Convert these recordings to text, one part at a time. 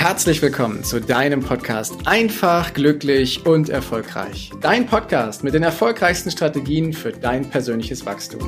Herzlich willkommen zu deinem Podcast Einfach, glücklich und erfolgreich. Dein Podcast mit den erfolgreichsten Strategien für dein persönliches Wachstum.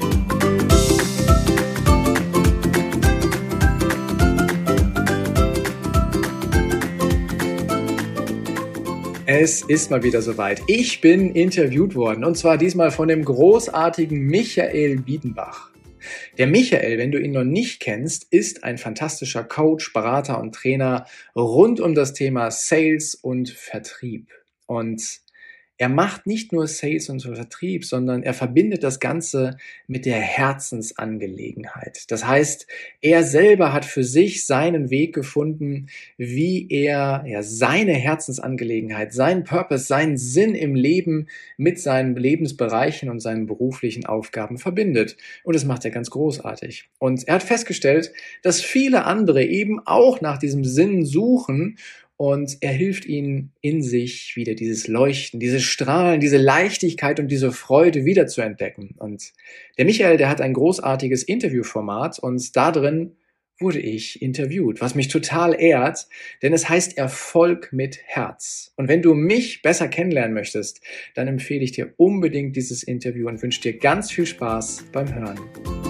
Es ist mal wieder soweit. Ich bin interviewt worden und zwar diesmal von dem großartigen Michael Biedenbach. Der Michael, wenn du ihn noch nicht kennst, ist ein fantastischer Coach, Berater und Trainer rund um das Thema Sales und Vertrieb. Und er macht nicht nur Sales und Vertrieb, sondern er verbindet das Ganze mit der Herzensangelegenheit. Das heißt, er selber hat für sich seinen Weg gefunden, wie er seine Herzensangelegenheit, seinen Purpose, seinen Sinn im Leben mit seinen Lebensbereichen und seinen beruflichen Aufgaben verbindet. Und das macht er ganz großartig. Und er hat festgestellt, dass viele andere eben auch nach diesem Sinn suchen. Und er hilft ihnen, in sich wieder dieses Leuchten, dieses Strahlen, diese Leichtigkeit und diese Freude wieder zu entdecken. Und der Michael, der hat ein großartiges Interviewformat und da drin wurde ich interviewt, was mich total ehrt, denn es heißt Erfolg mit Herz. Und wenn du mich besser kennenlernen möchtest, dann empfehle ich dir unbedingt dieses Interview und wünsche dir ganz viel Spaß beim Hören.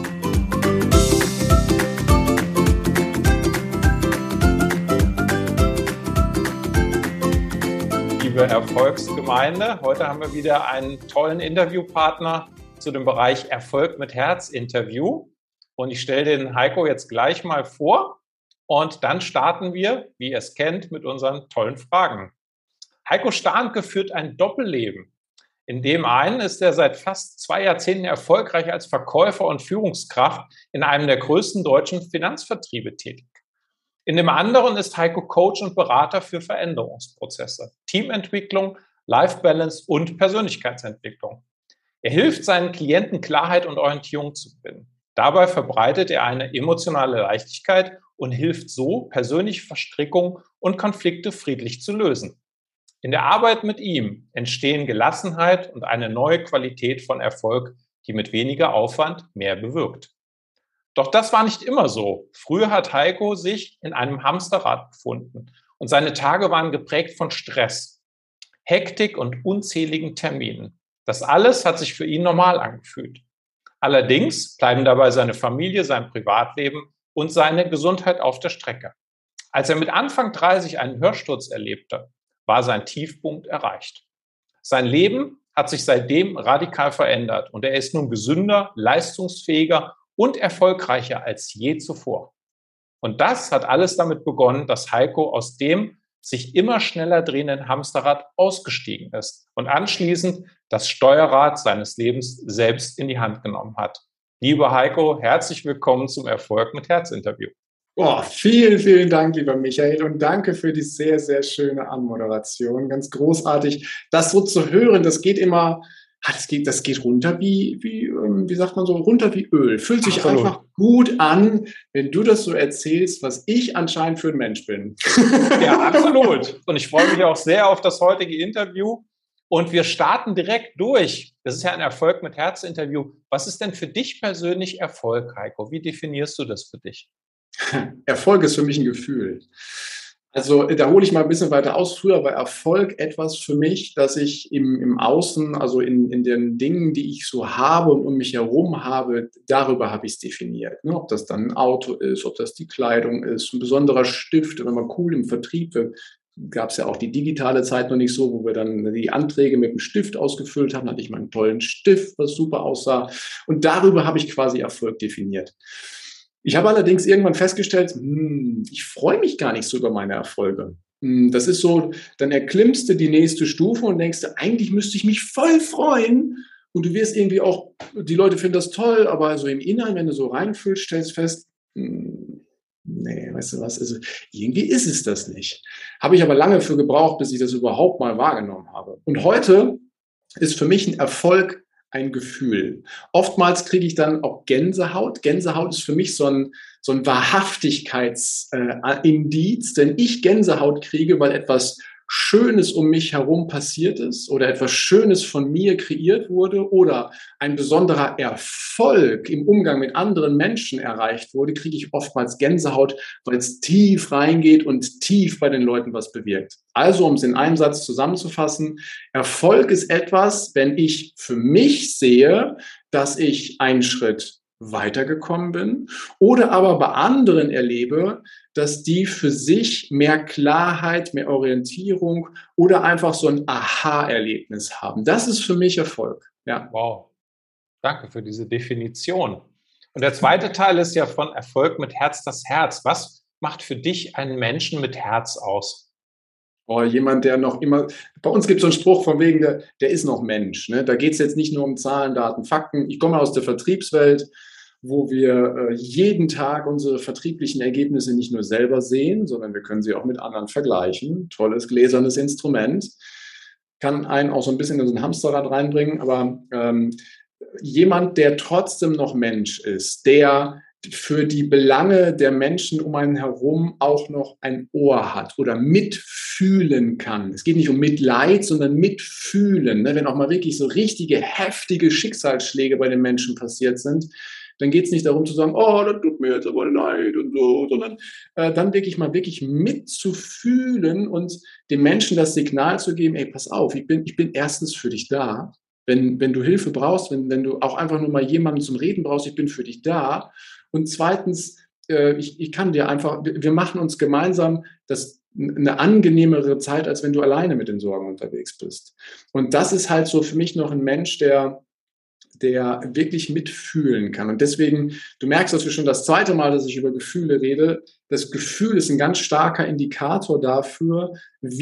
Liebe Erfolgsgemeinde, heute haben wir wieder einen tollen Interviewpartner zu dem Bereich Erfolg mit Herz Interview. Und ich stelle den Heiko jetzt gleich mal vor und dann starten wir, wie ihr es kennt, mit unseren tollen Fragen. Heiko Starnke führt ein Doppelleben. In dem einen ist er seit fast 2 Jahrzehnten erfolgreich als Verkäufer und Führungskraft in einem der größten deutschen Finanzvertriebe tätig. In dem anderen ist Heiko Coach und Berater für Veränderungsprozesse, Teamentwicklung, Life Balance und Persönlichkeitsentwicklung. Er hilft seinen Klienten, Klarheit und Orientierung zu gewinnen. Dabei verbreitet er eine emotionale Leichtigkeit und hilft so, persönliche Verstrickungen und Konflikte friedlich zu lösen. In der Arbeit mit ihm entstehen Gelassenheit und eine neue Qualität von Erfolg, die mit weniger Aufwand mehr bewirkt. Doch das war nicht immer so. Früher hat Heiko sich in einem Hamsterrad befunden und seine Tage waren geprägt von Stress, Hektik und unzähligen Terminen. Das alles hat sich für ihn normal angefühlt. Allerdings bleiben dabei seine Familie, sein Privatleben und seine Gesundheit auf der Strecke. Als er mit Anfang 30 einen Hörsturz erlebte, war sein Tiefpunkt erreicht. Sein Leben hat sich seitdem radikal verändert und er ist nun gesünder, leistungsfähiger und erfolgreicher als je zuvor. Und das hat alles damit begonnen, dass Heiko aus dem sich immer schneller drehenden Hamsterrad ausgestiegen ist und anschließend das Steuerrad seines Lebens selbst in die Hand genommen hat. Lieber Heiko, herzlich willkommen zum Erfolg mit Herz Interview. Oh, vielen, vielen Dank, lieber Michael, und danke für die sehr, sehr schöne Anmoderation. Ganz großartig, das so zu hören, das geht immer... Das geht runter wie sagt man so, runter wie Öl. Fühlt sich Absolut. Einfach gut an, wenn du das so erzählst, was ich anscheinend für ein Mensch bin. Ja, absolut. Und ich freue mich auch sehr auf das heutige Interview. Und wir starten direkt durch. Das ist ja ein Erfolg mit Herz-Interview. Was ist denn für dich persönlich Erfolg, Heiko? Wie definierst du das für dich? Erfolg ist für mich ein Gefühl. Also da hole ich mal ein bisschen weiter aus. Früher war Erfolg etwas für mich, dass ich im Außen, also in den Dingen, die ich so habe und um mich herum habe, darüber habe ich es definiert. Ne? Ob das dann ein Auto ist, ob das die Kleidung ist, ein besonderer Stift, wenn man cool im Vertrieb wird. Gab es ja auch die digitale Zeit noch nicht so, wo wir dann die Anträge mit dem Stift ausgefüllt haben. Da hatte ich mal einen tollen Stift, was super aussah. Und darüber habe ich quasi Erfolg definiert. Ich habe allerdings irgendwann festgestellt, ich freue mich gar nicht so über meine Erfolge. Das ist so, dann erklimmst du die nächste Stufe und denkst, eigentlich müsste ich mich voll freuen. Und du wirst irgendwie auch, die Leute finden das toll, aber so im Inneren, wenn du so reinfühlst, stellst fest, nee, weißt du was, also irgendwie ist es das nicht. Habe ich aber lange für gebraucht, bis ich das überhaupt mal wahrgenommen habe. Und heute ist für mich ein Erfolg ein Gefühl. Oftmals kriege ich dann auch Gänsehaut. Gänsehaut ist für mich so ein Wahrhaftigkeitsindiz, denn ich Gänsehaut kriege, weil etwas Schönes um mich herum passiert ist oder etwas Schönes von mir kreiert wurde oder ein besonderer Erfolg im Umgang mit anderen Menschen erreicht wurde, kriege ich oftmals Gänsehaut, weil es tief reingeht und tief bei den Leuten was bewirkt. Also, um es in einem Satz zusammenzufassen, Erfolg ist etwas, wenn ich für mich sehe, dass ich einen Schritt weitergekommen bin oder aber bei anderen erlebe, dass die für sich mehr Klarheit, mehr Orientierung oder einfach so ein Aha-Erlebnis haben. Das ist für mich Erfolg. Ja. Wow, danke für diese Definition. Und der zweite Teil ist ja von Erfolg mit Herz das Herz. Was macht für dich einen Menschen mit Herz aus? Oh, jemand, der noch immer, bei uns gibt es so einen Spruch von wegen, der ist noch Mensch. Ne? Da geht es jetzt nicht nur um Zahlen, Daten, Fakten. Ich komme aus der Vertriebswelt, wo wir jeden Tag unsere vertrieblichen Ergebnisse nicht nur selber sehen, sondern wir können sie auch mit anderen vergleichen. Tolles gläsernes Instrument. Kann einen auch so ein bisschen in so ein Hamsterrad reinbringen, aber jemand, der trotzdem noch Mensch ist, der für die Belange der Menschen um einen herum auch noch ein Ohr hat oder mitfühlen kann. Es geht nicht um Mitleid, sondern mitfühlen. Ne? Wenn auch mal wirklich so richtige, heftige Schicksalsschläge bei den Menschen passiert sind, dann geht es nicht darum zu sagen, oh, das tut mir jetzt aber leid und so, sondern dann wirklich mal wirklich mitzufühlen und dem Menschen das Signal zu geben, ey, pass auf, ich bin erstens für dich da. Wenn du Hilfe brauchst, wenn du auch einfach nur mal jemanden zum Reden brauchst, ich bin für dich da. Und zweitens, ich kann dir einfach, wir machen uns gemeinsam eine angenehmere Zeit, als wenn du alleine mit den Sorgen unterwegs bist. Und das ist halt so für mich noch ein Mensch, der wirklich mitfühlen kann. Und deswegen, du merkst, dass wir schon das zweite Mal, dass ich über Gefühle rede. Das Gefühl ist ein ganz starker Indikator dafür,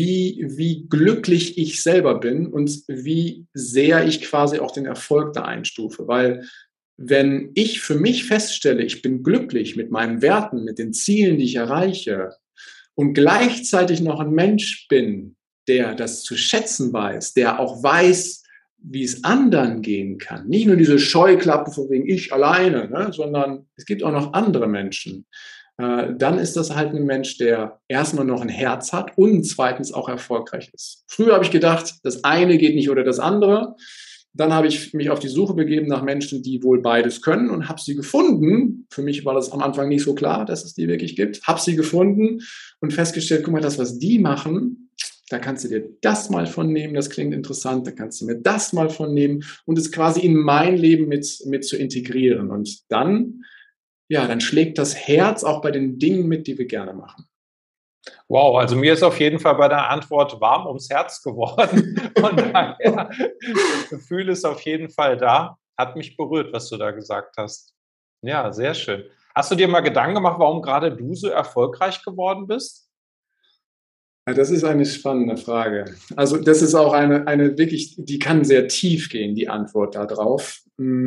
wie glücklich ich selber bin und wie sehr ich quasi auch den Erfolg da einstufe. Weil wenn ich für mich feststelle, ich bin glücklich mit meinen Werten, mit den Zielen, die ich erreiche und gleichzeitig noch ein Mensch bin, der das zu schätzen weiß, der auch weiß, wie es anderen gehen kann. Nicht nur diese Scheuklappen von wegen ich alleine, ne, sondern es gibt auch noch andere Menschen. Dann ist das halt ein Mensch, der erstmal noch ein Herz hat und zweitens auch erfolgreich ist. Früher habe ich gedacht, das eine geht nicht oder das andere. Dann habe ich mich auf die Suche begeben nach Menschen, die wohl beides können und habe sie gefunden. Für mich war das am Anfang nicht so klar, dass es die wirklich gibt. Habe sie gefunden und festgestellt, guck mal, das, was die machen, da kannst du dir das mal von nehmen, das klingt interessant, da kannst du mir das mal von nehmen und es quasi in mein Leben mit zu integrieren. Und dann, ja, dann schlägt das Herz auch bei den Dingen mit, die wir gerne machen. Wow, also mir ist auf jeden Fall bei der Antwort warm ums Herz geworden. Von daher, das Gefühl ist auf jeden Fall da. Hat mich berührt, was du da gesagt hast. Ja, sehr schön. Hast du dir mal Gedanken gemacht, warum gerade du so erfolgreich geworden bist? Ja, das ist eine spannende Frage. Also das ist auch eine wirklich, die kann sehr tief gehen, die Antwort darauf.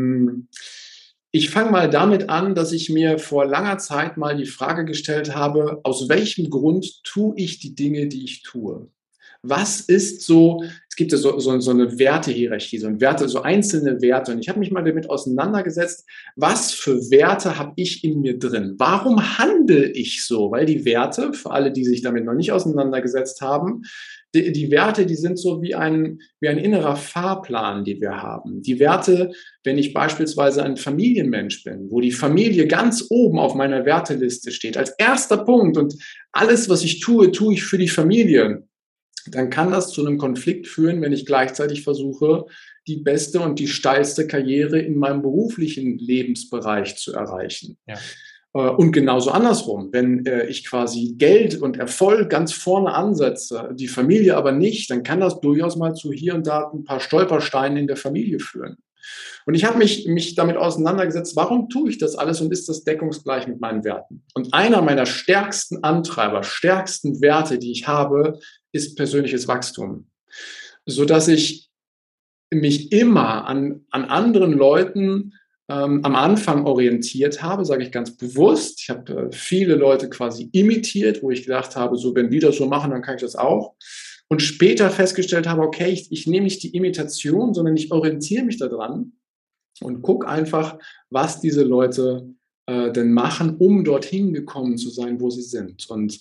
Ich fange mal damit an, dass ich mir vor langer Zeit mal die Frage gestellt habe, aus welchem Grund tue ich die Dinge, die ich tue? Was ist so, es gibt ja so eine Wertehierarchie, so einzelne Werte. Und ich habe mich mal damit auseinandergesetzt, was für Werte habe ich in mir drin? Warum handle ich so? Weil die Werte, für alle, die sich damit noch nicht auseinandergesetzt haben, die Werte, die sind so wie ein innerer Fahrplan, die wir haben. Die Werte, wenn ich beispielsweise ein Familienmensch bin, wo die Familie ganz oben auf meiner Werteliste steht, als erster Punkt und alles, was ich tue, tue ich für die Familie, dann kann das zu einem Konflikt führen, wenn ich gleichzeitig versuche, die beste und die steilste Karriere in meinem beruflichen Lebensbereich zu erreichen. Ja. Und genauso andersrum, wenn ich quasi Geld und Erfolg ganz vorne ansetze, die Familie aber nicht, dann kann das durchaus mal zu hier und da ein paar Stolpersteinen in der Familie führen. Und ich habe mich damit auseinandergesetzt, warum tue ich das alles und ist das deckungsgleich mit meinen Werten? Und einer meiner stärksten Antreiber, stärksten Werte, die ich habe, ist persönliches Wachstum, sodass ich mich immer an anderen Leuten am Anfang orientiert habe, sage ich ganz bewusst. Ich habe viele Leute quasi imitiert, wo ich gedacht habe, so wenn die das so machen, dann kann ich das auch. Und später festgestellt habe, okay, ich nehme nicht die Imitation, sondern ich orientiere mich daran und gucke einfach, was diese Leute denn machen, um dorthin gekommen zu sein, wo sie sind. Und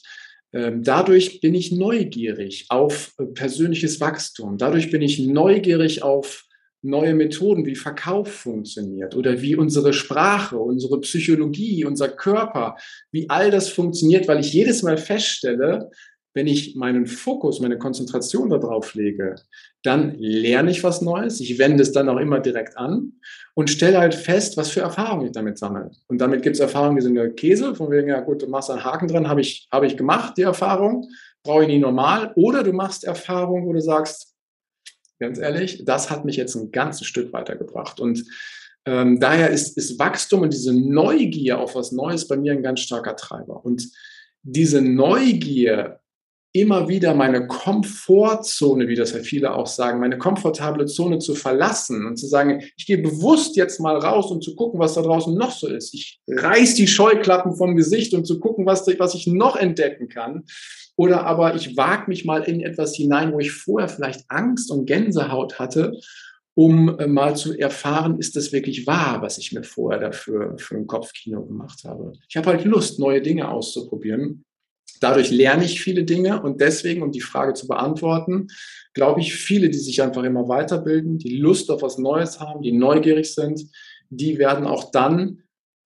Dadurch bin ich neugierig auf persönliches Wachstum. Dadurch bin ich neugierig auf neue Methoden, wie Verkauf funktioniert oder wie unsere Sprache, unsere Psychologie, unser Körper, wie all das funktioniert, weil ich jedes Mal feststelle, wenn ich meinen Fokus, meine Konzentration darauf lege, dann lerne ich was Neues. Ich wende es dann auch immer direkt an und stelle halt fest, was für Erfahrungen ich damit sammle. Und damit gibt es Erfahrungen, die sind der Käse, von wegen, ja gut, du machst einen Haken dran, habe ich gemacht, die Erfahrung, brauche ich nie normal. Oder du machst Erfahrungen, wo du sagst, ganz ehrlich, das hat mich jetzt ein ganzes Stück weitergebracht. Und daher ist Wachstum und diese Neugier auf was Neues bei mir ein ganz starker Treiber. Und diese Neugier, immer wieder meine Komfortzone, wie das ja viele auch sagen, meine komfortable Zone zu verlassen und zu sagen, ich gehe bewusst jetzt mal raus, um zu gucken, was da draußen noch so ist. Ich reiß die Scheuklappen vom Gesicht, um zu gucken, was ich noch entdecken kann. Oder aber ich wage mich mal in etwas hinein, wo ich vorher vielleicht Angst und Gänsehaut hatte, um mal zu erfahren, ist das wirklich wahr, was ich mir vorher dafür für ein Kopfkino gemacht habe. Ich habe halt Lust, neue Dinge auszuprobieren. Dadurch lerne ich viele Dinge und deswegen, um die Frage zu beantworten, glaube ich, viele, die sich einfach immer weiterbilden, die Lust auf was Neues haben, die neugierig sind, die werden auch dann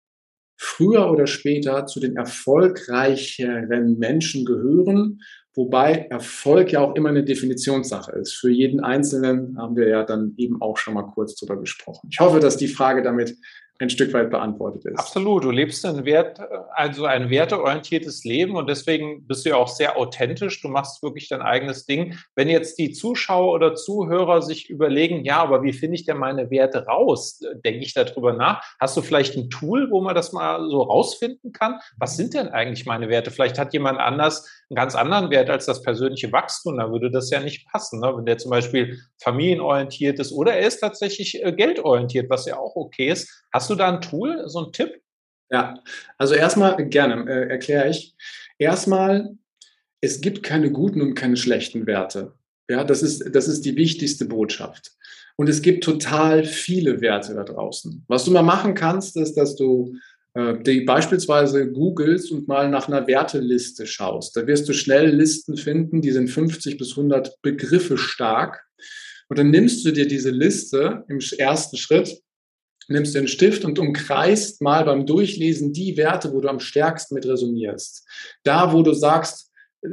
früher oder später zu den erfolgreicheren Menschen gehören, wobei Erfolg ja auch immer eine Definitionssache ist. Für jeden Einzelnen haben wir ja dann eben auch schon mal kurz drüber gesprochen. Ich hoffe, dass die Frage damit ein Stück weit beantwortet ist. Absolut. Du lebst ein werteorientiertes Leben und deswegen bist du ja auch sehr authentisch. Du machst wirklich dein eigenes Ding. Wenn jetzt die Zuschauer oder Zuhörer sich überlegen, ja, aber wie finde ich denn meine Werte raus? Denke ich darüber nach? Hast du vielleicht ein Tool, wo man das mal so rausfinden kann? Was sind denn eigentlich meine Werte? Vielleicht hat jemand anders einen ganz anderen Wert als das persönliche Wachstum. Da würde das ja nicht passen, ne? Wenn der zum Beispiel familienorientiert ist oder er ist tatsächlich geldorientiert, was ja auch okay ist. Hast du da ein Tool, so ein Tipp? Ja, also erstmal gerne erkläre ich. Erstmal, es gibt keine guten und keine schlechten Werte. Ja, das ist die wichtigste Botschaft. Und es gibt total viele Werte da draußen. Was du mal machen kannst, ist, dass du die beispielsweise googelst und mal nach einer Werteliste schaust. Da wirst du schnell Listen finden, die sind 50 bis 100 Begriffe stark. Und dann nimmst du dir diese Liste im ersten Schritt, nimmst den Stift und umkreist mal beim Durchlesen die Werte, wo du am stärksten mit resonierst. Da, wo du sagst,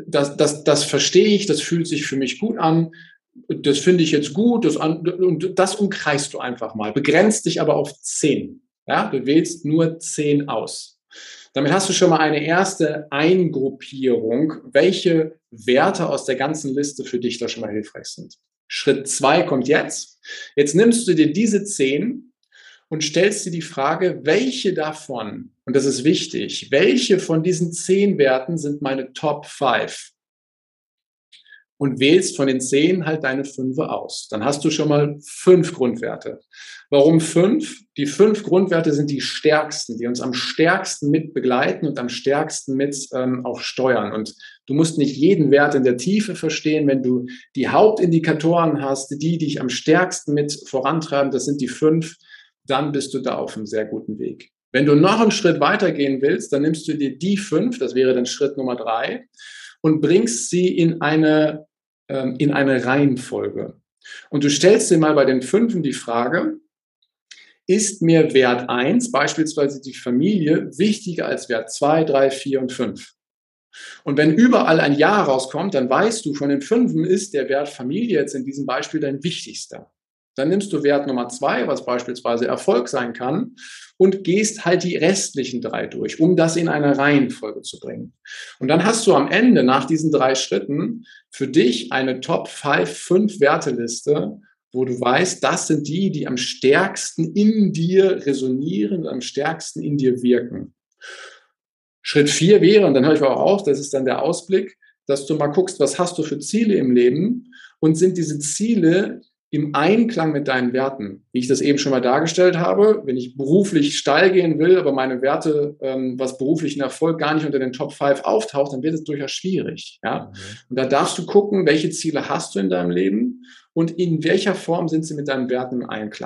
das verstehe ich, das fühlt sich für mich gut an, das finde ich jetzt gut, und das umkreist du einfach mal. Begrenzt dich aber auf 10. Ja, du wählst nur 10 aus. Damit hast du schon mal eine erste Eingruppierung, welche Werte aus der ganzen Liste für dich da schon mal hilfreich sind. Schritt 2 kommt jetzt. Jetzt nimmst du dir diese 10 und stellst dir die Frage, welche davon, und das ist wichtig, welche von diesen 10 Werten sind meine Top 5? Und wählst von den 10 halt deine 5 aus. Dann hast du schon mal 5 Grundwerte. Warum 5? Die 5 Grundwerte sind die stärksten, die uns am stärksten mit begleiten und am stärksten mit auch steuern. Und du musst nicht jeden Wert in der Tiefe verstehen. Wenn du die Hauptindikatoren hast, die dich am stärksten mit vorantreiben, das sind die 5, dann bist du da auf einem sehr guten Weg. Wenn du noch einen Schritt weitergehen willst, dann nimmst du dir die 5, das wäre dann Schritt Nummer 3, und bringst sie in eine Reihenfolge. Und du stellst dir mal bei den 5 die Frage, ist mir Wert 1, beispielsweise die Familie, wichtiger als Wert 2, 3, 4 und 5? Und wenn überall ein Ja rauskommt, dann weißt du, von den 5 ist der Wert Familie jetzt in diesem Beispiel dein wichtigster. Dann nimmst du Wert Nummer 2, was beispielsweise Erfolg sein kann, und gehst halt die restlichen 3 durch, um das in eine Reihenfolge zu bringen. Und dann hast du am Ende, nach diesen 3 Schritten, für dich eine Top 5 Werteliste, wo du weißt, das sind die, die am stärksten in dir resonieren, am stärksten in dir wirken. Schritt 4 wäre, und dann höre ich auch auf, das ist dann der Ausblick, dass du mal guckst, was hast du für Ziele im Leben und sind diese Ziele im Einklang mit deinen Werten, wie ich das eben schon mal dargestellt habe. Wenn ich beruflich steil gehen will, aber meine Werte, was beruflichen Erfolg gar nicht unter den Top 5 auftaucht, dann wird es durchaus schwierig. Ja? Und da darfst du gucken, welche Ziele hast du in deinem Leben und in welcher Form sind sie mit deinen Werten im Einklang.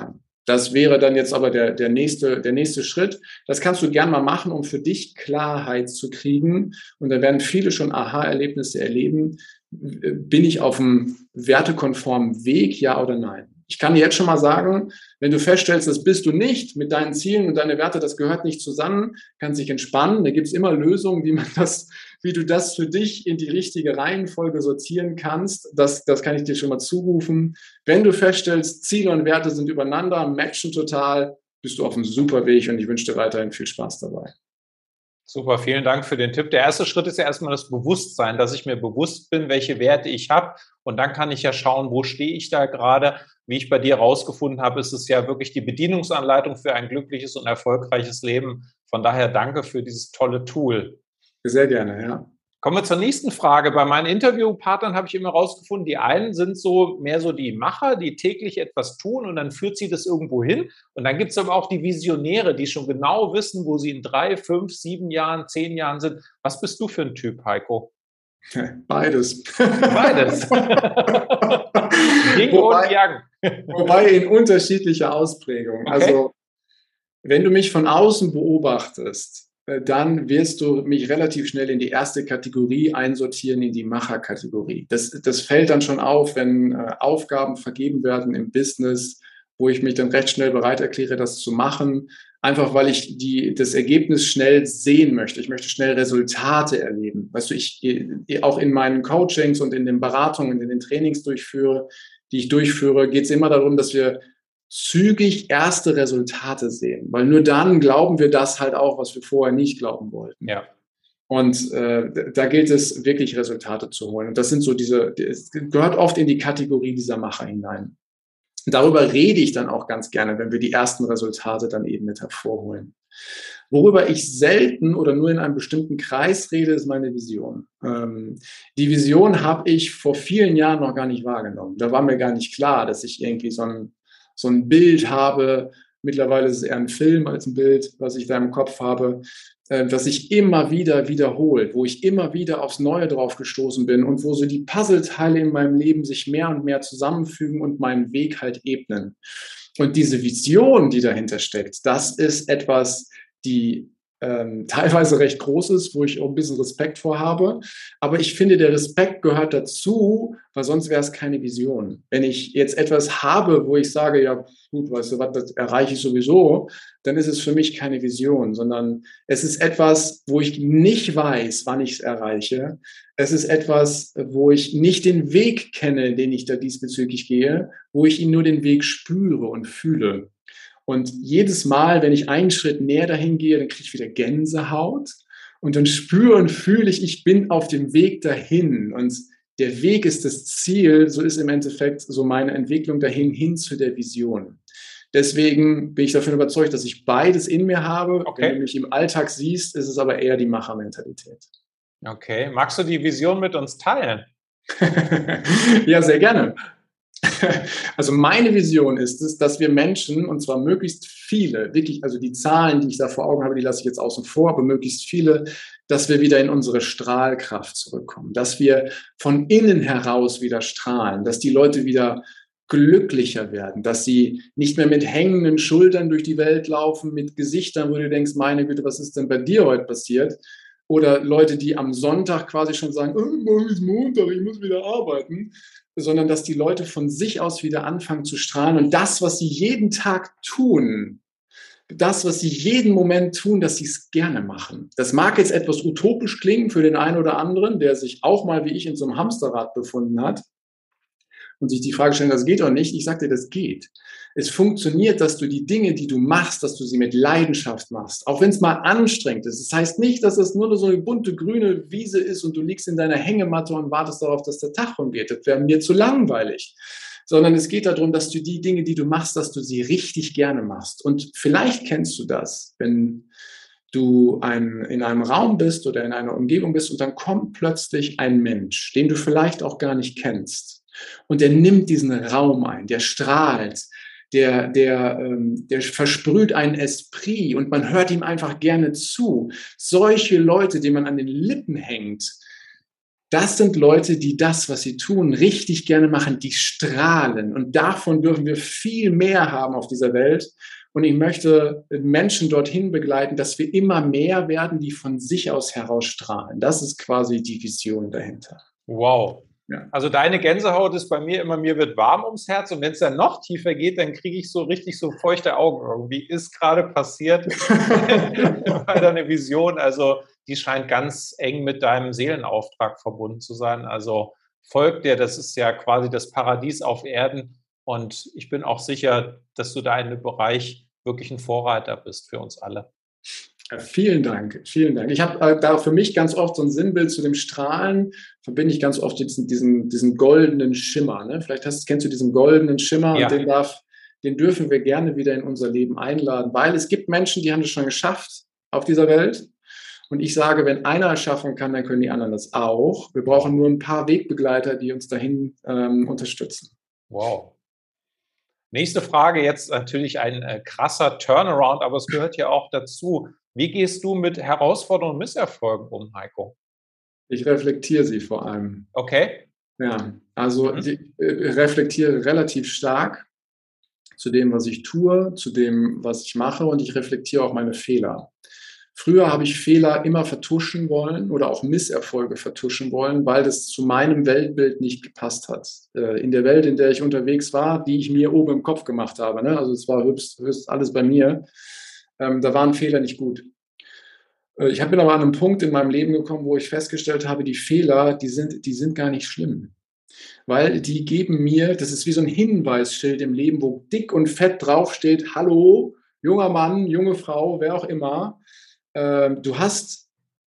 Das wäre dann jetzt aber der nächste Schritt. Das kannst du gern mal machen, um für dich Klarheit zu kriegen. Und da werden viele schon Aha-Erlebnisse erleben. Bin ich auf einem wertekonformen Weg, ja oder nein? Ich kann dir jetzt schon mal sagen, wenn du feststellst, das bist du nicht mit deinen Zielen und deine Werte, das gehört nicht zusammen, kannst dich entspannen. Da gibt es immer Lösungen, wie du das für dich in die richtige Reihenfolge sortieren kannst. Das kann ich dir schon mal zurufen. Wenn du feststellst, Ziele und Werte sind übereinander, matchen total, bist du auf einem super Weg und ich wünsche dir weiterhin viel Spaß dabei. Super, vielen Dank für den Tipp. Der erste Schritt ist ja erstmal das Bewusstsein, dass ich mir bewusst bin, welche Werte ich habe. Und dann kann ich ja schauen, wo stehe ich da gerade. Wie ich bei dir rausgefunden habe, ist es ja wirklich die Bedienungsanleitung für ein glückliches und erfolgreiches Leben. Von daher danke für dieses tolle Tool. Sehr gerne, ja. Kommen wir zur nächsten Frage. Bei meinen Interviewpartnern habe ich immer herausgefunden, die einen sind mehr so die Macher, die täglich etwas tun und dann führt sie das irgendwo hin. Und dann gibt es aber auch die Visionäre, die schon genau wissen, wo sie in 3, 5, 7 Jahren, 10 Jahren sind. Was bist du für ein Typ, Heiko? Beides. Beides. Yin und Yang. Wobei in unterschiedlicher Ausprägung. Okay. Also, wenn du mich von außen beobachtest, dann wirst du mich relativ schnell in die erste Kategorie einsortieren, in die Macherkategorie. Das fällt dann schon auf, wenn Aufgaben vergeben werden im Business, wo ich mich dann recht schnell bereit erkläre, das zu machen, einfach weil ich das Ergebnis schnell sehen möchte. Ich möchte schnell Resultate erleben. Weißt du, ich auch in meinen Coachings und in den Beratungen, in den Trainings die ich durchführe, geht es immer darum, dass wir zügig erste Resultate sehen, weil nur dann glauben wir das halt auch, was wir vorher nicht glauben wollten. Ja. Und da gilt es wirklich Resultate zu holen. Und das sind so es gehört oft in die Kategorie dieser Macher hinein. Und darüber rede ich dann auch ganz gerne, wenn wir die ersten Resultate dann eben mit hervorholen. Worüber ich selten oder nur in einem bestimmten Kreis rede, ist meine Vision. Die Vision habe ich vor vielen Jahren noch gar nicht wahrgenommen. Da war mir gar nicht klar, dass ich irgendwie so ein Bild habe. Mittlerweile ist es eher ein Film als ein Bild, was ich da im Kopf habe, das sich immer wieder wiederholt, wo ich immer wieder aufs Neue drauf gestoßen bin und wo so die Puzzleteile in meinem Leben sich mehr und mehr zusammenfügen und meinen Weg halt ebnen. Und diese Vision, die dahinter steckt, das ist etwas, die teilweise recht groß ist, wo ich auch ein bisschen Respekt vor habe. Aber ich finde, der Respekt gehört dazu, weil sonst wäre es keine Vision. Wenn ich jetzt etwas habe, wo ich sage, ja gut, weißt du was, das erreiche ich sowieso, dann ist es für mich keine Vision, sondern es ist etwas, wo ich nicht weiß, wann ich es erreiche. Es ist etwas, wo ich nicht den Weg kenne, den ich da diesbezüglich gehe, wo ich nur den Weg spüre und fühle. Und jedes Mal, wenn ich einen Schritt näher dahin gehe, dann kriege ich wieder Gänsehaut und dann spüre und fühle ich bin auf dem Weg dahin und der Weg ist das Ziel, so ist im Endeffekt so meine Entwicklung dahin, hin zu der Vision. Deswegen bin ich davon überzeugt, dass ich beides in mir habe. Okay. Wenn du mich im Alltag siehst, ist es aber eher die Machermentalität. Okay, magst du die Vision mit uns teilen? Ja, sehr gerne. Also meine Vision ist es, dass wir Menschen, und zwar möglichst viele, wirklich, also die Zahlen, die ich da vor Augen habe, die lasse ich jetzt außen vor, aber möglichst viele, dass wir wieder in unsere Strahlkraft zurückkommen, dass wir von innen heraus wieder strahlen, dass die Leute wieder glücklicher werden, dass sie nicht mehr mit hängenden Schultern durch die Welt laufen, mit Gesichtern, wo du denkst, meine Güte, was ist denn bei dir heute passiert? Oder Leute, die am Sonntag quasi schon sagen, morgen ist Montag, ich muss wieder arbeiten, sondern dass die Leute von sich aus wieder anfangen zu strahlen und das, was sie jeden Tag tun, das, was sie jeden Moment tun, dass sie es gerne machen. Das mag jetzt etwas utopisch klingen für den einen oder anderen, der sich auch mal wie ich in so einem Hamsterrad befunden hat und sich die Frage stellen, das geht doch nicht. Ich sage dir, das geht. Es funktioniert, dass du die Dinge, die du machst, dass du sie mit Leidenschaft machst, auch wenn es mal anstrengend ist. Das heißt nicht, dass es nur so eine bunte grüne Wiese ist und du liegst in deiner Hängematte und wartest darauf, dass der Tag rumgeht. Das wäre mir zu langweilig. Sondern es geht darum, dass du die Dinge, die du machst, dass du sie richtig gerne machst. Und vielleicht kennst du das, wenn du in einem Raum bist oder in einer Umgebung bist und dann kommt plötzlich ein Mensch, den du vielleicht auch gar nicht kennst. Und der nimmt diesen Raum ein, der strahlt, der versprüht einen Esprit und man hört ihm einfach gerne zu. Solche Leute, die man an den Lippen hängt, Das sind Leute, die das, was sie tun, richtig gerne machen, die strahlen. Und davon dürfen wir viel mehr haben auf dieser Welt. Und ich möchte Menschen dorthin begleiten, dass wir immer mehr werden, die von sich aus heraus strahlen. Das ist quasi die Vision dahinter. Wow. Ja. Also deine Gänsehaut ist bei mir immer, mir wird warm ums Herz, und wenn es dann noch tiefer geht, dann kriege ich so richtig so feuchte Augen irgendwie. Ist gerade passiert bei deiner Vision. Also die scheint ganz eng mit deinem Seelenauftrag verbunden zu sein. Also folg dir, das ist ja quasi das Paradies auf Erden, und ich bin auch sicher, dass du da in dem Bereich wirklich ein Vorreiter bist für uns alle. Ja, vielen Dank, vielen Dank. Ich habe da für mich ganz oft so ein Sinnbild zu dem Strahlen, verbinde ich ganz oft diesen goldenen Schimmer. Ne? Vielleicht kennst du diesen goldenen Schimmer, Ja. Und den dürfen wir gerne wieder in unser Leben einladen, weil es gibt Menschen, die haben das schon geschafft auf dieser Welt. Und ich sage, wenn einer es schaffen kann, dann können die anderen das auch. Wir brauchen nur ein paar Wegbegleiter, die uns dahin unterstützen. Wow. Nächste Frage, jetzt natürlich ein krasser Turnaround, aber es gehört ja auch dazu. Wie gehst du mit Herausforderungen und Misserfolgen um, Heiko? Ich reflektiere sie vor allem. Okay. Ja, also ich reflektiere relativ stark zu dem, was ich tue, zu dem, was ich mache, und ich reflektiere auch meine Fehler. Früher habe ich Fehler immer vertuschen wollen oder auch Misserfolge vertuschen wollen, weil das zu meinem Weltbild nicht gepasst hat. In der Welt, in der ich unterwegs war, die ich mir oben im Kopf gemacht habe, ne? Also es war höchst alles bei mir. Da waren Fehler nicht gut. Ich bin aber an einem Punkt in meinem Leben gekommen, wo ich festgestellt habe, die Fehler, die sind gar nicht schlimm. Weil die geben mir, das ist wie so ein Hinweisschild im Leben, wo dick und fett draufsteht: Hallo, junger Mann, junge Frau, wer auch immer, du hast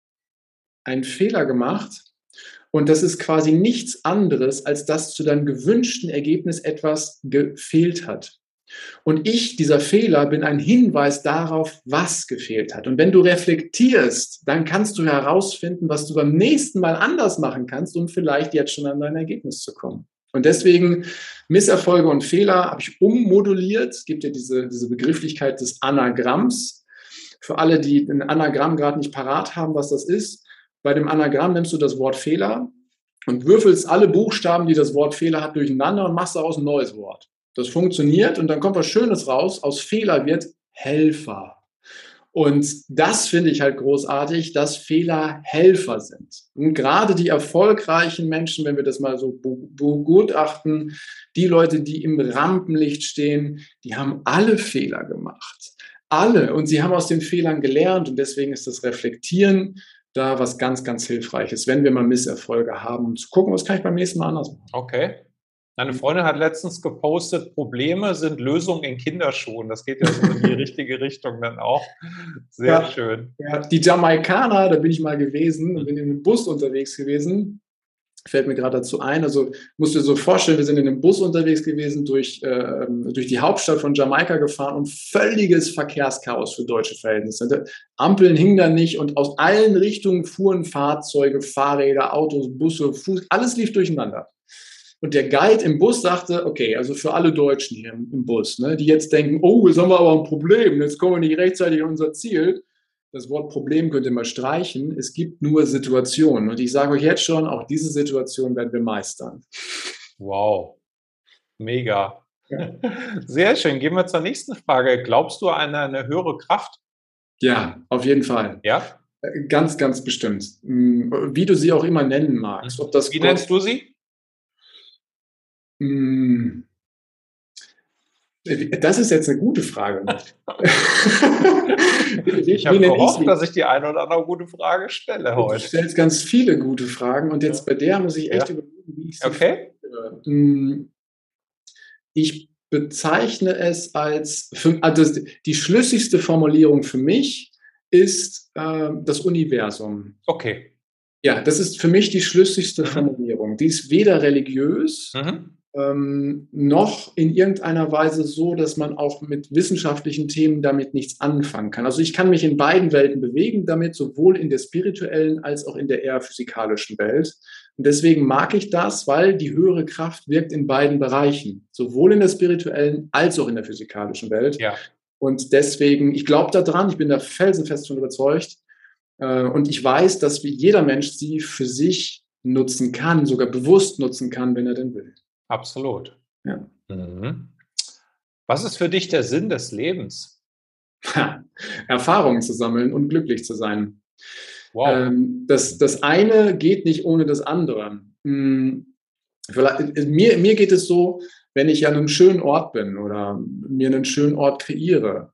einen Fehler gemacht, und das ist quasi nichts anderes, als dass zu deinem gewünschten Ergebnis etwas gefehlt hat. Und dieser Fehler, bin ein Hinweis darauf, was gefehlt hat. Und wenn du reflektierst, dann kannst du herausfinden, was du beim nächsten Mal anders machen kannst, um vielleicht jetzt schon an dein Ergebnis zu kommen. Und deswegen Misserfolge und Fehler habe ich ummoduliert. Es gibt ja diese Begrifflichkeit des Anagramms. Für alle, die ein Anagramm gerade nicht parat haben, was das ist: Bei dem Anagramm nimmst du das Wort Fehler und würfelst alle Buchstaben, die das Wort Fehler hat, durcheinander und machst daraus ein neues Wort. Das funktioniert, und dann kommt was Schönes raus. Aus Fehler wird Helfer. Und das finde ich halt großartig, dass Fehler Helfer sind. Und gerade die erfolgreichen Menschen, wenn wir das mal so begutachten, die Leute, die im Rampenlicht stehen, die haben alle Fehler gemacht. Alle. Und sie haben aus den Fehlern gelernt, und deswegen ist das Reflektieren da was ganz, ganz Hilfreiches, wenn wir mal Misserfolge haben, um zu gucken, was kann ich beim nächsten Mal anders machen. Okay. Meine Freundin hat letztens gepostet, Probleme sind Lösungen in Kinderschuhen. Das geht ja so in die richtige Richtung dann auch. Sehr schön. Ja, die Jamaikaner, da bin ich mal gewesen und bin in einem Bus unterwegs gewesen. Fällt mir gerade dazu ein. Also musst du dir so vorstellen, wir sind in einem Bus unterwegs gewesen, durch die Hauptstadt von Jamaika gefahren, und völliges Verkehrschaos für deutsche Verhältnisse. Ampeln hingen da nicht, und aus allen Richtungen fuhren Fahrzeuge, Fahrräder, Autos, Busse, Fuß, alles lief durcheinander. Und der Guide im Bus sagte: Okay, also für alle Deutschen hier im Bus, ne, die jetzt denken, oh, jetzt haben wir aber ein Problem, jetzt kommen wir nicht rechtzeitig an unser Ziel. Das Wort Problem könnt ihr mal streichen. Es gibt nur Situationen. Und ich sage euch jetzt schon, auch diese Situation werden wir meistern. Wow. Mega. Ja. Sehr schön. Gehen wir zur nächsten Frage. Glaubst du an eine höhere Kraft? Ja, auf jeden Fall. Ja? Ganz, ganz bestimmt. Wie du sie auch immer nennen magst. Ob das Wie nennst du sie? Das ist jetzt eine gute Frage. Ich habe gehofft, dass ich die eine oder andere gute Frage stelle heute. Du stellst ganz viele gute Fragen, und jetzt bei der muss ich echt überlegen, wie ich sie stelle. Ich bezeichne es als, also die schlüssigste Formulierung für mich ist das Universum. Okay. Ja, das ist für mich die schlüssigste Formulierung. Die ist weder religiös, noch in irgendeiner Weise so, dass man auch mit wissenschaftlichen Themen damit nichts anfangen kann. Also ich kann mich in beiden Welten bewegen damit, sowohl in der spirituellen als auch in der eher physikalischen Welt. Und deswegen mag ich das, weil die höhere Kraft wirkt in beiden Bereichen, sowohl in der spirituellen als auch in der physikalischen Welt. Ja. Und deswegen, ich glaube daran, ich bin da felsenfest von überzeugt. Und ich weiß, dass jeder Mensch sie für sich nutzen kann, sogar bewusst nutzen kann, wenn er denn will. Absolut. Ja. Mhm. Was ist für dich der Sinn des Lebens? Erfahrungen zu sammeln und glücklich zu sein. Wow. Das eine geht nicht ohne das andere. Mir geht es so, wenn ich an einem schönen Ort bin oder mir einen schönen Ort kreiere.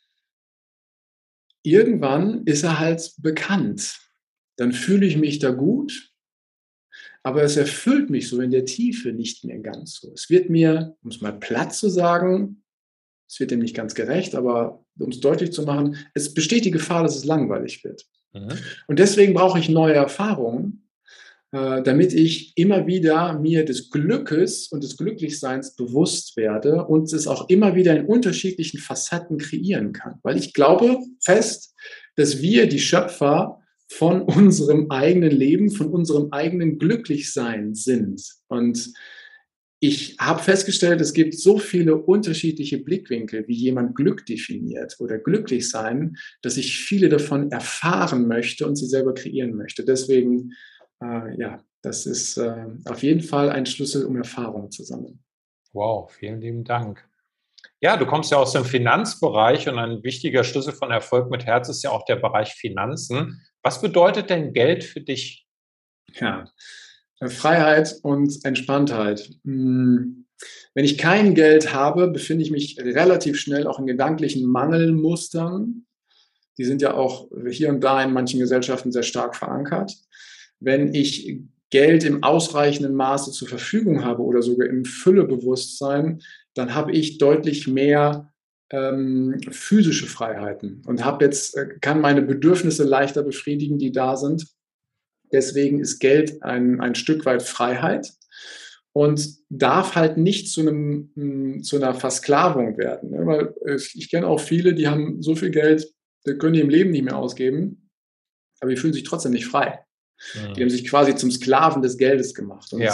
Irgendwann ist er halt bekannt. Dann fühle ich mich da gut, aber es erfüllt mich so in der Tiefe nicht mehr ganz so. Es wird mir, um es mal platt zu sagen, es wird dem nicht ganz gerecht, aber um es deutlich zu machen, es besteht die Gefahr, dass es langweilig wird. Mhm. Und deswegen brauche ich neue Erfahrungen, damit ich immer wieder mir des Glückes und des Glücklichseins bewusst werde und es auch immer wieder in unterschiedlichen Facetten kreieren kann. Weil ich glaube fest, dass wir die Schöpfer von unserem eigenen Leben, von unserem eigenen Glücklichsein sind. Und ich habe festgestellt, es gibt so viele unterschiedliche Blickwinkel, wie jemand Glück definiert oder glücklich sein, dass ich viele davon erfahren möchte und sie selber kreieren möchte. Deswegen, ja, das ist auf jeden Fall ein Schlüssel, um Erfahrungen zu sammeln. Wow, vielen lieben Dank. Ja, du kommst ja aus dem Finanzbereich und ein wichtiger Schlüssel von Erfolg mit Herz ist ja auch der Bereich Finanzen. Was bedeutet denn Geld für dich? Ja, Freiheit und Entspanntheit. Wenn ich kein Geld habe, befinde ich mich relativ schnell auch in gedanklichen Mangelmustern. Die sind ja auch hier und da in manchen Gesellschaften sehr stark verankert. Wenn ich Geld im ausreichenden Maße zur Verfügung habe oder sogar im Füllebewusstsein, dann habe ich deutlich mehr physische Freiheiten und kann meine Bedürfnisse leichter befriedigen, die da sind. Deswegen ist Geld ein Stück weit Freiheit und darf halt nicht zu einer Versklavung werden. Ne? Weil ich kenne auch viele, die haben so viel Geld, das können die im Leben nicht mehr ausgeben, aber die fühlen sich trotzdem nicht frei. Die haben sich quasi zum Sklaven des Geldes gemacht. Und Ja.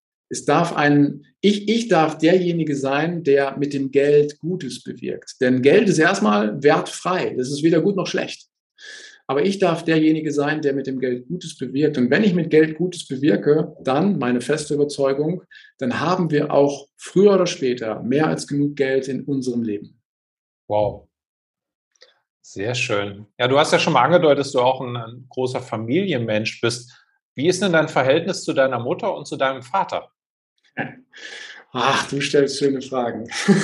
ich darf derjenige sein, der mit dem Geld Gutes bewirkt. Denn Geld ist erstmal wertfrei. Das ist weder gut noch schlecht. Aber ich darf derjenige sein, der mit dem Geld Gutes bewirkt. Und wenn ich mit Geld Gutes bewirke, dann, meine feste Überzeugung, dann haben wir auch früher oder später mehr als genug Geld in unserem Leben. Wow. Sehr schön. Ja, du hast ja schon mal angedeutet, dass du auch ein großer Familienmensch bist. Wie ist denn dein Verhältnis zu deiner Mutter und zu deinem Vater? Ach, du stellst schöne Fragen.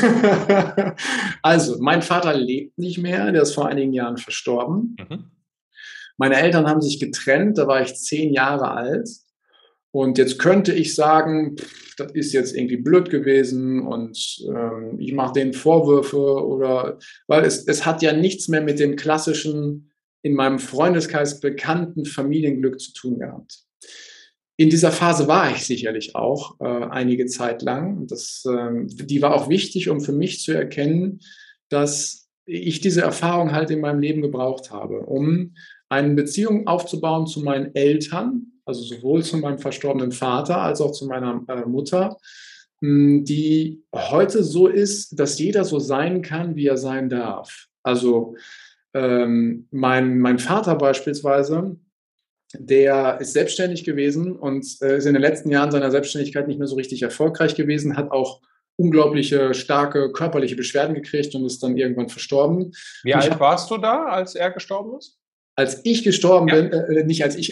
Also, mein Vater lebt nicht mehr, der ist vor einigen Jahren verstorben. Mhm. Meine Eltern haben sich getrennt, da war ich 10 Jahre alt. Und jetzt könnte ich sagen, das ist jetzt irgendwie blöd gewesen und ich mache denen Vorwürfe weil es hat ja nichts mehr mit dem klassischen, in meinem Freundeskreis bekannten Familienglück zu tun gehabt. In dieser Phase war ich sicherlich auch einige Zeit lang. Und die war auch wichtig, um für mich zu erkennen, dass ich diese Erfahrung halt in meinem Leben gebraucht habe, um eine Beziehung aufzubauen zu meinen Eltern, also sowohl zu meinem verstorbenen Vater als auch zu meiner Mutter, die heute so ist, dass jeder so sein kann, wie er sein darf. Also mein Vater beispielsweise, der ist selbstständig gewesen und ist in den letzten Jahren seiner Selbstständigkeit nicht mehr so richtig erfolgreich gewesen, hat auch unglaubliche, starke körperliche Beschwerden gekriegt und ist dann irgendwann verstorben. Wie alt warst du da, als er gestorben ist? Als ich gestorben bin, nicht als ich.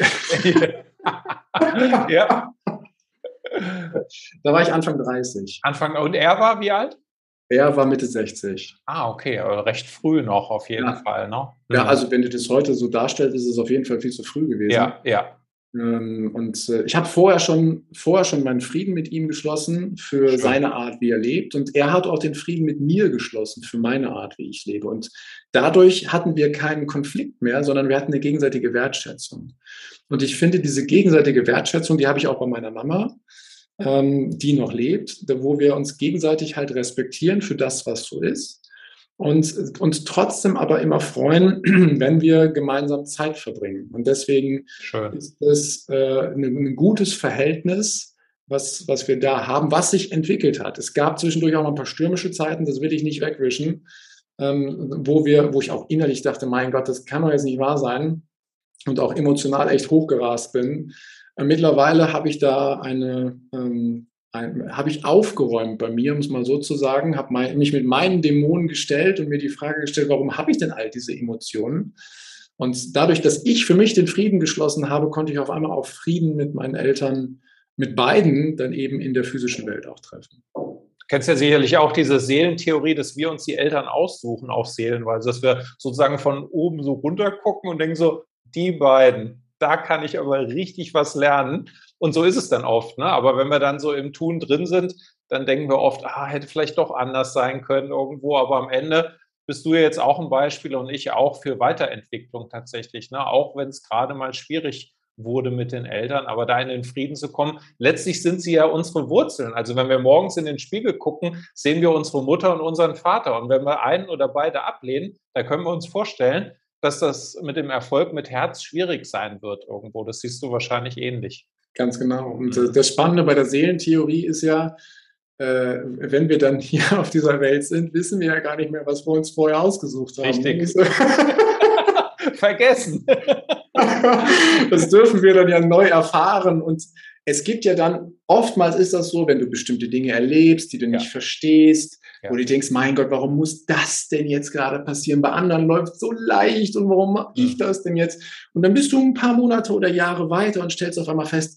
Ja. Da war ich Anfang 30. Und er war wie alt? Er war Mitte 60. Ah, okay, aber recht früh noch auf jeden Fall, ne? Ja, also wenn du das heute so darstellst, ist es auf jeden Fall viel zu früh gewesen. Ja. Und ich habe vorher schon meinen Frieden mit ihm geschlossen für Schön. Seine Art, wie er lebt. Und er hat auch den Frieden mit mir geschlossen für meine Art, wie ich lebe. Und dadurch hatten wir keinen Konflikt mehr, sondern wir hatten eine gegenseitige Wertschätzung. Und ich finde, diese gegenseitige Wertschätzung, die habe ich auch bei meiner Mama, die noch lebt, wo wir uns gegenseitig halt respektieren für das, was so ist. Und uns trotzdem aber immer freuen, wenn wir gemeinsam Zeit verbringen. Und deswegen ist es ein gutes Verhältnis, was wir da haben, was sich entwickelt hat. Es gab zwischendurch auch noch ein paar stürmische Zeiten, das will ich nicht wegwischen, wo ich auch innerlich dachte, mein Gott, das kann doch jetzt nicht wahr sein und auch emotional echt hochgerast bin. Mittlerweile habe ich da habe ich aufgeräumt bei mir, um es mal so zu sagen, habe mich mit meinen Dämonen gestellt und mir die Frage gestellt, warum habe ich denn all diese Emotionen? Und dadurch, dass ich für mich den Frieden geschlossen habe, konnte ich auf einmal auf Frieden mit meinen Eltern, mit beiden, dann eben in der physischen Welt auch treffen. Du kennst ja sicherlich auch diese Seelentheorie, dass wir uns die Eltern aussuchen auf Seelenweise, dass wir sozusagen von oben so runter gucken und denken so, die beiden, da kann ich aber richtig was lernen. Und so ist es dann oft, ne? Aber wenn wir dann so im Tun drin sind, dann denken wir oft, hätte vielleicht doch anders sein können irgendwo. Aber am Ende bist du ja jetzt auch ein Beispiel und ich auch für Weiterentwicklung tatsächlich, ne? Auch wenn es gerade mal schwierig wurde mit den Eltern, aber da in den Frieden zu kommen. Letztlich sind sie ja unsere Wurzeln. Also wenn wir morgens in den Spiegel gucken, sehen wir unsere Mutter und unseren Vater. Und wenn wir einen oder beide ablehnen, da können wir uns vorstellen, dass das mit dem Erfolg mit Herz schwierig sein wird irgendwo. Das siehst du wahrscheinlich ähnlich. Ganz genau. Und das Spannende bei der Seelentheorie ist ja, wenn wir dann hier auf dieser Welt sind, wissen wir ja gar nicht mehr, was wir uns vorher ausgesucht haben. Richtig. Vergessen. Das dürfen wir dann ja neu erfahren. Und es gibt ja dann, oftmals ist das so, wenn du bestimmte Dinge erlebst, die du nicht verstehst, wo du denkst, mein Gott, warum muss das denn jetzt gerade passieren? Bei anderen läuft es so leicht und warum mache ich das denn jetzt? Und dann bist du ein paar Monate oder Jahre weiter und stellst auf einmal fest,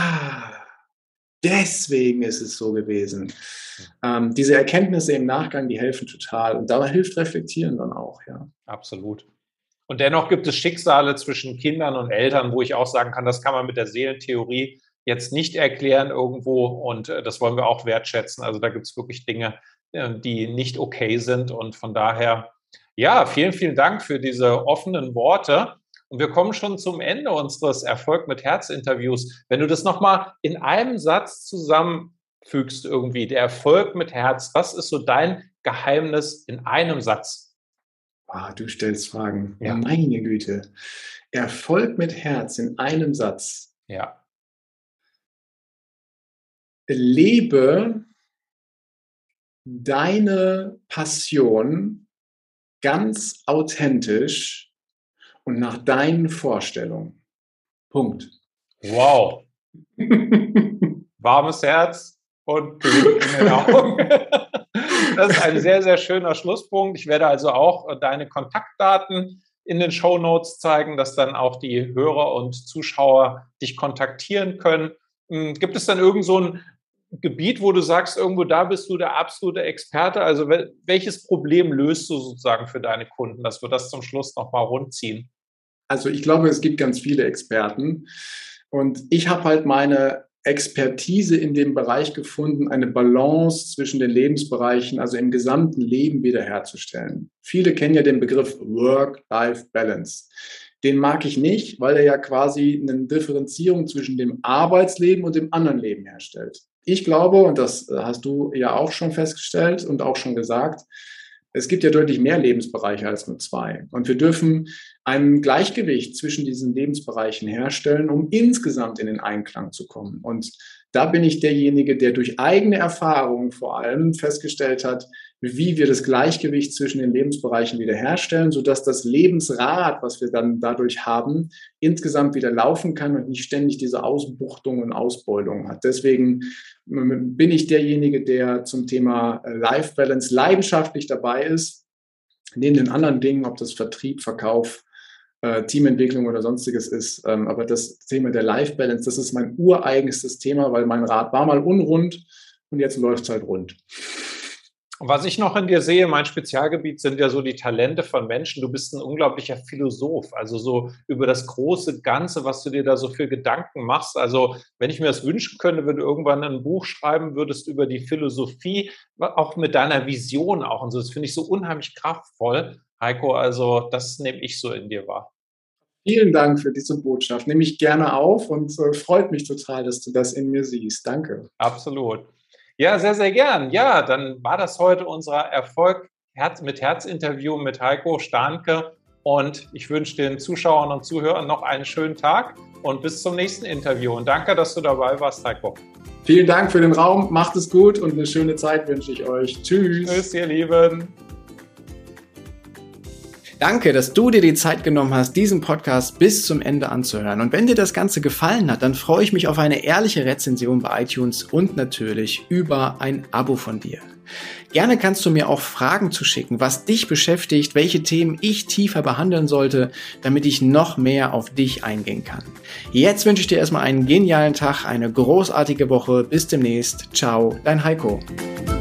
deswegen ist es so gewesen. Diese Erkenntnisse im Nachgang, die helfen total. Und da hilft Reflektieren dann auch, ja. Absolut. Und dennoch gibt es Schicksale zwischen Kindern und Eltern, wo ich auch sagen kann, das kann man mit der Seelentheorie jetzt nicht erklären irgendwo. Und das wollen wir auch wertschätzen. Also da gibt es wirklich Dinge, die nicht okay sind. Und von daher, ja, vielen, vielen Dank für diese offenen Worte. Und wir kommen schon zum Ende unseres Erfolg mit Herz-Interviews. Wenn du das nochmal in einem Satz zusammenfügst irgendwie, der Erfolg mit Herz, was ist so dein Geheimnis in einem Satz? Du stellst Fragen. Ja. Meine Güte. Erfolg mit Herz in einem Satz. Ja. Lebe deine Passion ganz authentisch und nach deinen Vorstellungen. Punkt. Wow. Warmes Herz und Glück in den Augen. Das ist ein sehr, sehr schöner Schlusspunkt. Ich werde also auch deine Kontaktdaten in den Shownotes zeigen, dass dann auch die Hörer und Zuschauer dich kontaktieren können. Gibt es dann irgend so ein Gebiet, wo du sagst, irgendwo da bist du der absolute Experte? Also welches Problem löst du sozusagen für deine Kunden, dass wir das zum Schluss nochmal rundziehen? Also ich glaube, es gibt ganz viele Experten und ich habe halt meine Expertise in dem Bereich gefunden, eine Balance zwischen den Lebensbereichen, also im gesamten Leben wiederherzustellen. Viele kennen ja den Begriff Work-Life-Balance. Den mag ich nicht, weil er ja quasi eine Differenzierung zwischen dem Arbeitsleben und dem anderen Leben herstellt. Ich glaube, und das hast du ja auch schon festgestellt und auch schon gesagt, es gibt ja deutlich mehr Lebensbereiche als nur zwei. Und wir dürfen ein Gleichgewicht zwischen diesen Lebensbereichen herstellen, um insgesamt in den Einklang zu kommen. Und da bin ich derjenige, der durch eigene Erfahrungen vor allem festgestellt hat, wie wir das Gleichgewicht zwischen den Lebensbereichen wiederherstellen, sodass das Lebensrad, was wir dann dadurch haben, insgesamt wieder laufen kann und nicht ständig diese Ausbuchtung und Ausbeutung hat. Deswegen bin ich derjenige, der zum Thema Life Balance leidenschaftlich dabei ist, neben den anderen Dingen, ob das Vertrieb, Verkauf, Teamentwicklung oder sonstiges ist. Aber das Thema der Life Balance, das ist mein ureigenstes Thema, weil mein Rad war mal unrund und jetzt läuft es halt rund. Und was ich noch in dir sehe, mein Spezialgebiet sind ja so die Talente von Menschen. Du bist ein unglaublicher Philosoph, also so über das große Ganze, was du dir da so für Gedanken machst. Also wenn ich mir das wünschen könnte, wenn du irgendwann ein Buch schreiben würdest über die Philosophie, auch mit deiner Vision auch und so. Das finde ich so unheimlich kraftvoll, Heiko. Also das nehme ich so in dir wahr. Vielen Dank für diese Botschaft. Nehme ich gerne auf und freut mich total, dass du das in mir siehst. Danke. Absolut. Ja, sehr, sehr gern. Ja, dann war das heute unser Erfolg mit Herz-Interview mit Heiko Stahnke. Und ich wünsche den Zuschauern und Zuhörern noch einen schönen Tag und bis zum nächsten Interview. Und danke, dass du dabei warst, Heiko. Vielen Dank für den Raum. Macht es gut und eine schöne Zeit wünsche ich euch. Tschüss. Tschüss, ihr Lieben. Danke, dass du dir die Zeit genommen hast, diesen Podcast bis zum Ende anzuhören. Und wenn dir das Ganze gefallen hat, dann freue ich mich auf eine ehrliche Rezension bei iTunes und natürlich über ein Abo von dir. Gerne kannst du mir auch Fragen zuschicken, was dich beschäftigt, welche Themen ich tiefer behandeln sollte, damit ich noch mehr auf dich eingehen kann. Jetzt wünsche ich dir erstmal einen genialen Tag, eine großartige Woche. Bis demnächst. Ciao, dein Heiko.